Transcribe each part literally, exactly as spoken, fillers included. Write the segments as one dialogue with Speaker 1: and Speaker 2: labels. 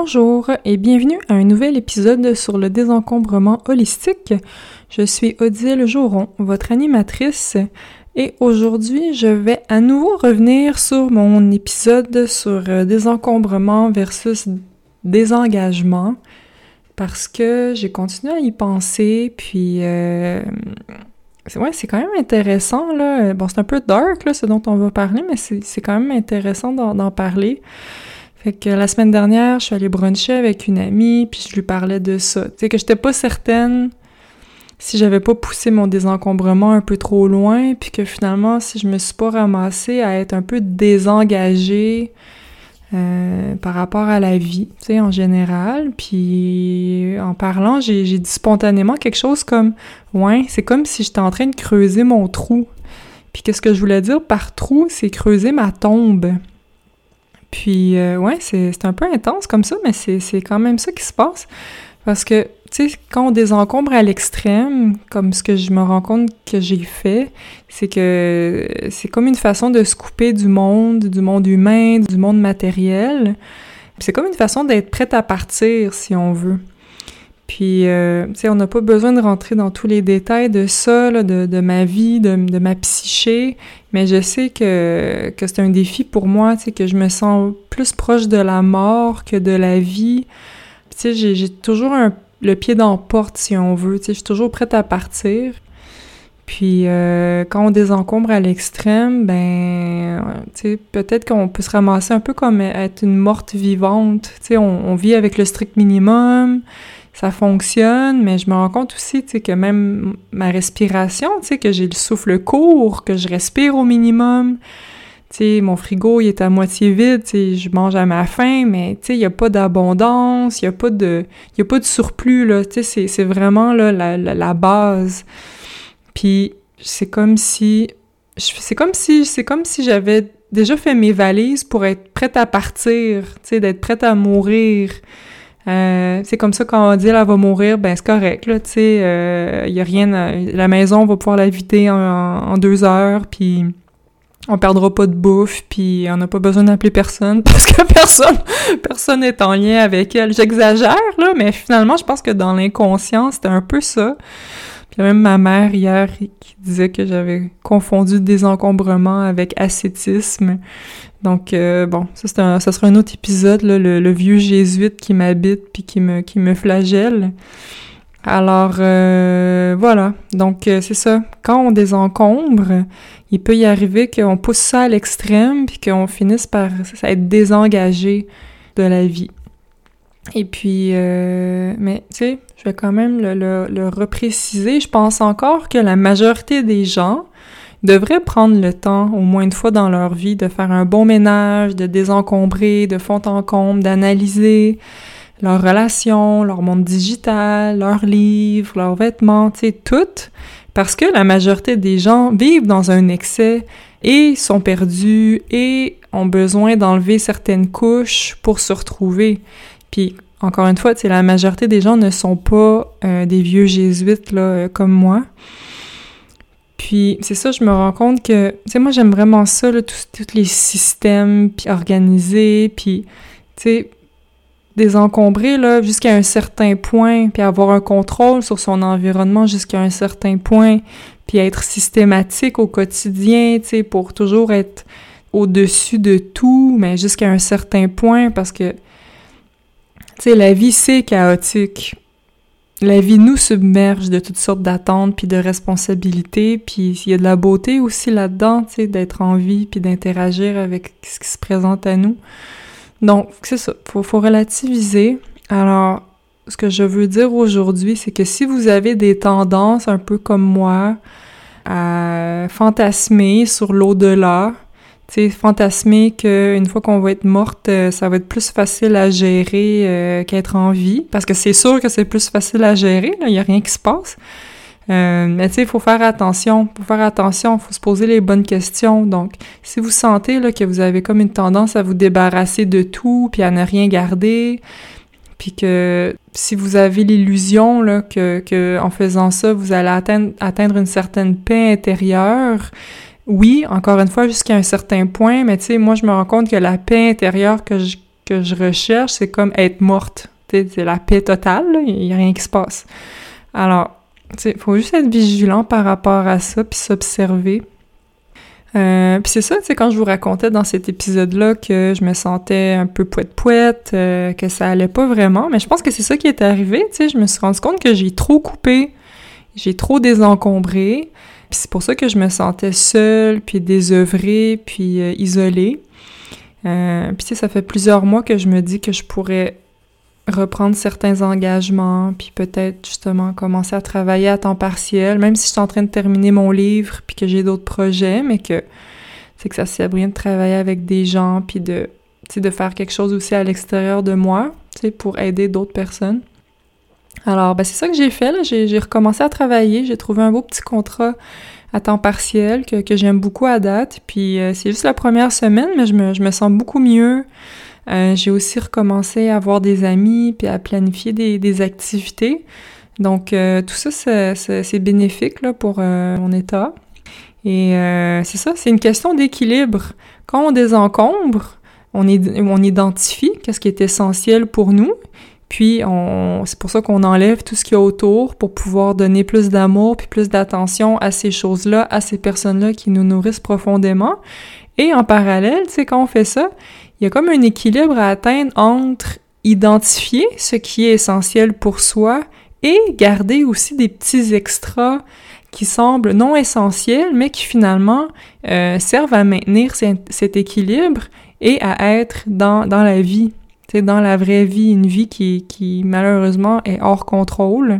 Speaker 1: Bonjour et bienvenue à un nouvel épisode sur le désencombrement holistique. Je suis Odile Joron, votre animatrice, et aujourd'hui je vais à nouveau revenir sur mon épisode sur désencombrement versus désengagement parce que j'ai continué à y penser, puis euh, c'est, ouais, c'est quand même intéressant, là. Bon, c'est un peu dark, là, ce dont on va parler, mais c'est, c'est quand même intéressant d'en, d'en parler. Fait que la semaine dernière, je suis allée bruncher avec une amie, puis je lui parlais de ça. Tu sais, que j'étais pas certaine si j'avais pas poussé mon désencombrement un peu trop loin, puis que finalement, si je me suis pas ramassée à être un peu désengagée euh, par rapport à la vie, tu sais, en général. Puis en parlant, j'ai, j'ai dit spontanément quelque chose comme « Ouais, c'est comme si j'étais en train de creuser mon trou. » Puis qu'est-ce que je voulais dire par trou? C'est creuser ma tombe. Puis, euh, ouais, c'est, c'est un peu intense comme ça, mais c'est, c'est quand même ça qui se passe. Parce que, tu sais, quand on désencombre à l'extrême, comme ce que je me rends compte que j'ai fait, c'est que c'est comme une façon de se couper du monde, du monde humain, du monde matériel. Puis c'est comme une façon d'être prête à partir, si on veut. Puis, euh, tu sais, on n'a pas besoin de rentrer dans tous les détails de ça, là, de, de ma vie, de, de ma psyché, mais je sais que, que c'est un défi pour moi, tu sais, que je me sens plus proche de la mort que de la vie. Tu sais, j'ai, j'ai toujours un, le pied dans la porte, si on veut, tu sais, je suis toujours prête à partir. Puis, euh, quand on désencombre à l'extrême, ben, tu sais, peut-être qu'on peut se ramasser un peu comme être une morte vivante. Tu sais, on, on vit avec le strict minimum, ça fonctionne, mais je me rends compte aussi, tu sais, que même ma respiration, tu sais, que j'ai le souffle court, que je respire au minimum. Tu sais, mon frigo, il est à moitié vide, tu sais, je mange à ma faim, mais tu sais, il y a pas d'abondance, il y a pas de, il y a pas de surplus, là, tu sais, c'est, c'est vraiment, là, la, la, la base. Puis, c'est comme si, c'est comme si, c'est comme si j'avais déjà fait mes valises pour être prête à partir, tu sais, d'être prête à mourir. Euh, c'est comme ça, quand on dit « elle va mourir », ben c'est correct, là, tu sais, il euh, y a rien à, la maison, on va pouvoir la vider en, en deux heures, puis on perdra pas de bouffe, puis on n'a pas besoin d'appeler personne, parce que personne, personne n'est en lien avec elle. J'exagère, là, mais finalement, je pense que dans l'inconscient, c'était un peu ça. Puis même ma mère, hier, qui disait que j'avais confondu désencombrement avec ascétisme. Donc, euh, bon, ça, c'est un, ça sera un autre épisode, là, le, le vieux jésuite qui m'habite puis qui me, qui me flagelle. Alors, euh, voilà. Donc, euh, c'est ça. Quand on désencombre, il peut y arriver qu'on pousse ça à l'extrême puis qu'on finisse par ça, être désengagé de la vie. Et puis, euh, mais, tu sais, je vais quand même le, le, le repréciser. Je pense encore que la majorité des gens devraient prendre le temps, au moins une fois dans leur vie, de faire un bon ménage, de désencombrer de fond en comble, d'analyser leurs relations, leur monde digital, leurs livres, leurs vêtements, tu sais, tout, parce que la majorité des gens vivent dans un excès et sont perdus et ont besoin d'enlever certaines couches pour se retrouver. Puis, encore une fois, tu sais, la majorité des gens ne sont pas euh, des vieux jésuites, là, euh, comme moi. Puis, c'est ça, je me rends compte que, tu sais, moi, j'aime vraiment ça, là, tous, tous les systèmes, puis organisés, puis, tu sais, désencombrer, là, jusqu'à un certain point, puis avoir un contrôle sur son environnement jusqu'à un certain point, puis être systématique au quotidien, tu sais, pour toujours être au-dessus de tout, mais jusqu'à un certain point, parce que, tu sais, la vie, c'est chaotique. La vie nous submerge de toutes sortes d'attentes puis de responsabilités, puis il y a de la beauté aussi là-dedans, tu sais, d'être en vie puis d'interagir avec ce qui se présente à nous. Donc, c'est ça, faut, faut relativiser. Alors, ce que je veux dire aujourd'hui, c'est que si vous avez des tendances un peu comme moi à fantasmer sur l'au-delà, tu sais, fantasmer qu'une fois qu'on va être morte, euh, ça va être plus facile à gérer euh, qu'être en vie, parce que c'est sûr que c'est plus facile à gérer, là, il y a rien qui se passe. Euh, mais tu sais, il faut faire attention, faut faire attention, faut se poser les bonnes questions. Donc, si vous sentez là que vous avez comme une tendance à vous débarrasser de tout, puis à ne rien garder, puis que si vous avez l'illusion là que, que en faisant ça, vous allez atteindre, atteindre une certaine paix intérieure, oui, encore une fois, jusqu'à un certain point, mais tu sais, moi, je me rends compte que la paix intérieure que je, que je recherche, c'est comme être morte. Tu sais, c'est la paix totale, il n'y a rien qui se passe. Alors, tu sais, il faut juste être vigilant par rapport à ça, puis s'observer. Euh, puis c'est ça, tu sais, quand je vous racontais dans cet épisode-là que je me sentais un peu pouette-pouette, euh, que ça allait pas vraiment, mais je pense que c'est ça qui est arrivé, tu sais, je me suis rendu compte que j'ai trop coupé, j'ai trop désencombré, puis c'est pour ça que je me sentais seule, puis désœuvrée, puis euh, isolée. Euh, puis tu sais, ça fait plusieurs mois que je me dis que je pourrais reprendre certains engagements, puis peut-être justement commencer à travailler à temps partiel, même si je suis en train de terminer mon livre, puis que j'ai d'autres projets, mais que c'est que ça sert bien de travailler avec des gens, puis de, tu sais, de faire quelque chose aussi à l'extérieur de moi, tu sais, pour aider d'autres personnes. Alors, ben c'est ça que j'ai fait, là, j'ai, j'ai recommencé à travailler, j'ai trouvé un beau petit contrat à temps partiel que, que j'aime beaucoup à date, puis euh, c'est juste la première semaine, mais je me, je me sens beaucoup mieux. Euh, j'ai aussi recommencé à avoir des amis puis à planifier des, des activités. Donc, euh, tout ça, c'est, c'est, c'est bénéfique là, pour euh, mon état. Et euh, c'est ça, c'est une question d'équilibre. Quand on désencombre, on, est, on identifie qu'est-ce qui est essentiel pour nous. Puis, on, c'est pour ça qu'on enlève tout ce qu'il y a autour pour pouvoir donner plus d'amour puis plus d'attention à ces choses-là, à ces personnes-là qui nous nourrissent profondément. Et en parallèle, tu sais, quand on fait ça, il y a comme un équilibre à atteindre entre identifier ce qui est essentiel pour soi et garder aussi des petits extras qui semblent non essentiels, mais qui finalement euh, servent à maintenir c- cet équilibre et à être dans, dans la vie, tu sais, dans la vraie vie, une vie qui, qui malheureusement est hors contrôle.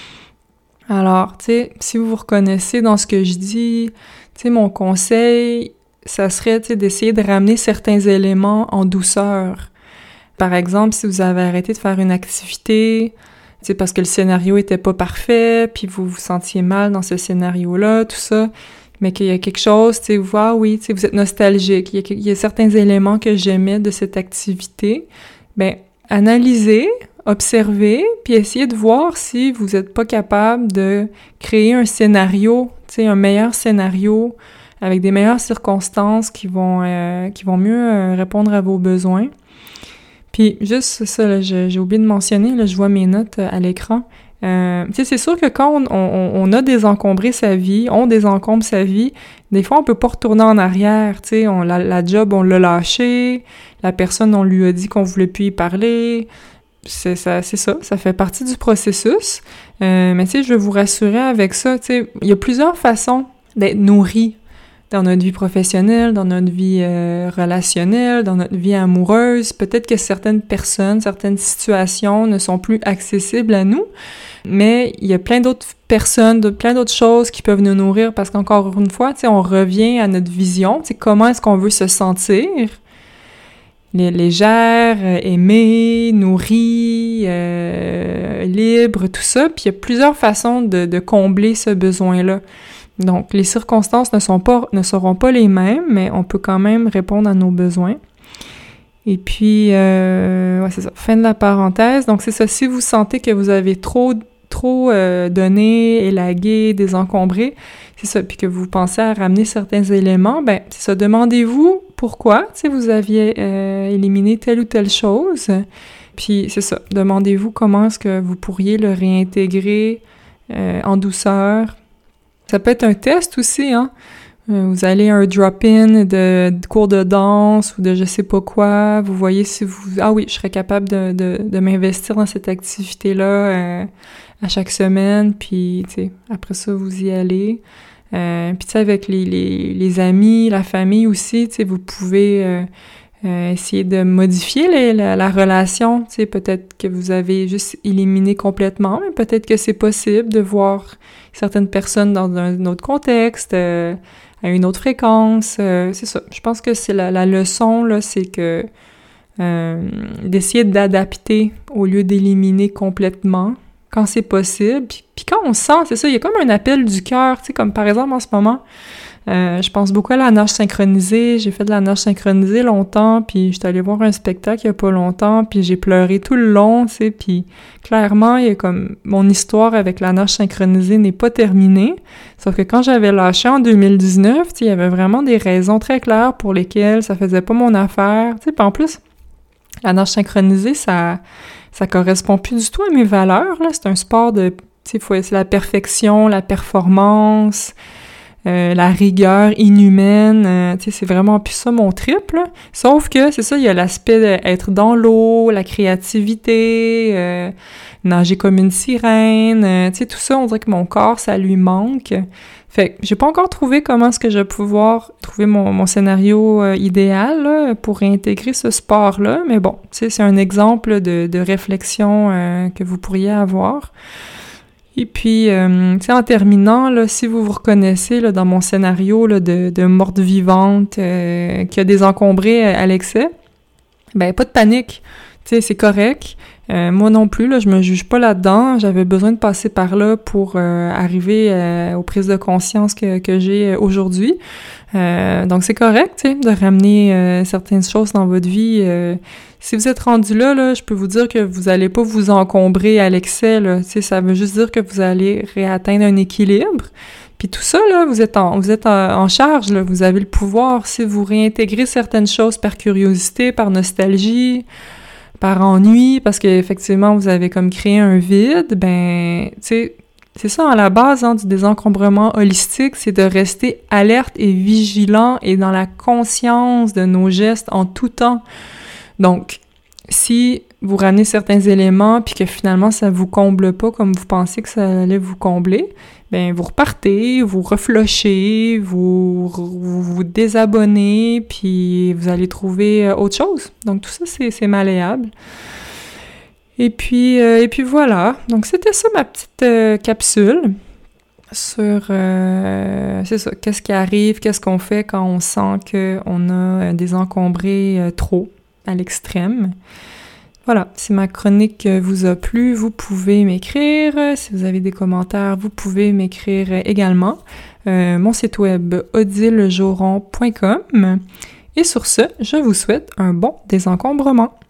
Speaker 1: Alors, tu sais, si vous vous reconnaissez dans ce que je dis, tu sais, mon conseil, ça serait, tu sais, d'essayer de ramener certains éléments en douceur. Par exemple, si vous avez arrêté de faire une activité, tu sais, parce que le scénario était pas parfait, puis vous vous sentiez mal dans ce scénario-là, tout ça, mais qu'il y a quelque chose, tu sais, vous, ah oui, tu sais, vous êtes nostalgique, il y a, il y a certains éléments que j'aimais de cette activité, ben, analysez, observez, puis essayez de voir si vous êtes pas capable de créer un scénario, tu sais, un meilleur scénario, avec des meilleures circonstances qui vont euh, qui vont mieux euh, répondre à vos besoins. Puis juste ça, là, j'ai, j'ai oublié de mentionner, là, je vois mes notes euh, à l'écran. Euh, tu sais, c'est sûr que quand on, on, on a désencombré sa vie, on désencombre sa vie, des fois on peut pas retourner en arrière, tu sais, on, la, la job on l'a lâché, la personne on lui a dit qu'on voulait plus y parler, c'est ça, c'est ça, ça fait partie du processus. Euh, mais tu sais, je veux vous rassurer avec ça, tu sais, il y a plusieurs façons d'être nourri dans notre vie professionnelle, dans notre vie euh, relationnelle, dans notre vie amoureuse. Peut-être que certaines personnes, certaines situations ne sont plus accessibles à nous, mais il y a plein d'autres personnes, d'autres, plein d'autres choses qui peuvent nous nourrir parce qu'encore une fois, tu sais, on revient à notre vision, tu sais, comment est-ce qu'on veut se sentir? Légère, aimée, nourrie, euh, libre, tout ça. Puis il y a plusieurs façons de, de combler ce besoin-là. Donc, les circonstances ne sont pas, ne seront pas les mêmes, mais on peut quand même répondre à nos besoins. Et puis, euh, ouais, c'est ça, fin de la parenthèse. Donc, c'est ça, si vous sentez que vous avez trop, trop euh, donné, élagué, désencombré, c'est ça, puis que vous pensez à ramener certains éléments, ben, c'est ça, demandez-vous pourquoi, tu sais, vous aviez euh, éliminé telle ou telle chose. Puis, c'est ça, demandez-vous comment est-ce que vous pourriez le réintégrer euh, en douceur. Ça peut être un test aussi, hein. Vous allez à un drop-in de, de cours de danse ou de je sais pas quoi. Vous voyez si vous... Ah oui, je serais capable de, de, de m'investir dans cette activité-là euh, à chaque semaine. Puis, tu sais, après ça, vous y allez. Euh, puis, tu sais, avec les, les, les amis, la famille aussi, tu sais, vous pouvez... Euh, Euh, essayer de modifier les, la, la relation, tu sais, peut-être que vous avez juste éliminé complètement, mais peut-être que c'est possible de voir certaines personnes dans un, un autre contexte, euh, à une autre fréquence, euh, c'est ça. Je pense que c'est la, la leçon, là, c'est que euh, d'essayer d'adapter au lieu d'éliminer complètement quand c'est possible. Puis, puis quand on sent, c'est ça, il y a comme un appel du cœur, tu sais, comme par exemple en ce moment, Euh, je pense beaucoup à la nage synchronisée. J'ai fait de la nage synchronisée longtemps, puis j'étais allée voir un spectacle il y a pas longtemps, puis j'ai pleuré tout le long, tu sais, puis clairement, il y a comme... Mon histoire avec la nage synchronisée n'est pas terminée, sauf que quand j'avais lâché en deux mille dix-neuf, tu sais, il y avait vraiment des raisons très claires pour lesquelles ça faisait pas mon affaire, tu sais, puis en plus... La nage synchronisée, ça ça correspond plus du tout à mes valeurs, là. C'est un sport de, tu sais, c'est la perfection, la performance, euh, la rigueur inhumaine, euh, tu sais, c'est vraiment plus ça mon trip, là. Sauf que, c'est ça, il y a l'aspect d'être dans l'eau, la créativité, euh, nager comme une sirène, euh, tu sais, tout ça, on dirait que mon corps, ça lui manque. Fait que j'ai pas encore trouvé comment est-ce que je vais pouvoir trouver mon, mon scénario euh, idéal là, pour réintégrer ce sport-là, mais bon, tu sais, c'est un exemple de, de réflexion euh, que vous pourriez avoir. Et puis, euh, tu sais, en terminant, là, si vous vous reconnaissez là, dans mon scénario là, de, de morte vivante euh, qui a désencombré à l'excès, ben pas de panique, tu sais, c'est correct. Euh, moi non plus, là, je me juge pas là-dedans. J'avais besoin de passer par là pour euh, arriver euh, aux prises de conscience que, que j'ai aujourd'hui. Euh, donc c'est correct, tu sais, de ramener euh, certaines choses dans votre vie. Euh, si vous êtes rendu là, là, je peux vous dire que vous allez pas vous encombrer à l'excès, là. Tu sais, ça veut juste dire que vous allez réatteindre un équilibre. Puis tout ça, là, vous êtes en, vous êtes en, en charge, là. Vous avez le pouvoir. Si vous réintégrez certaines choses par curiosité, par nostalgie, par ennui, parce qu'effectivement, vous avez comme créé un vide, ben, tu sais, c'est ça, à la base hein, du désencombrement holistique, c'est de rester alerte et vigilant et dans la conscience de nos gestes en tout temps. Donc, si vous ramenez certains éléments puis que finalement ça vous comble pas comme vous pensiez que ça allait vous combler, ben vous repartez, vous reflushez, vous, vous vous désabonnez puis vous allez trouver autre chose. Donc tout ça c'est c'est malléable. Et puis euh, et puis voilà. Donc c'était ça ma petite euh, capsule sur euh, c'est ça, qu'est-ce qui arrive, qu'est-ce qu'on fait quand on sent que on a désencombré euh, trop à l'extrême. Voilà, si ma chronique vous a plu, vous pouvez m'écrire. Si vous avez des commentaires, vous pouvez m'écrire également. Euh, mon site web odile joron point com. Et sur ce, je vous souhaite un bon désencombrement.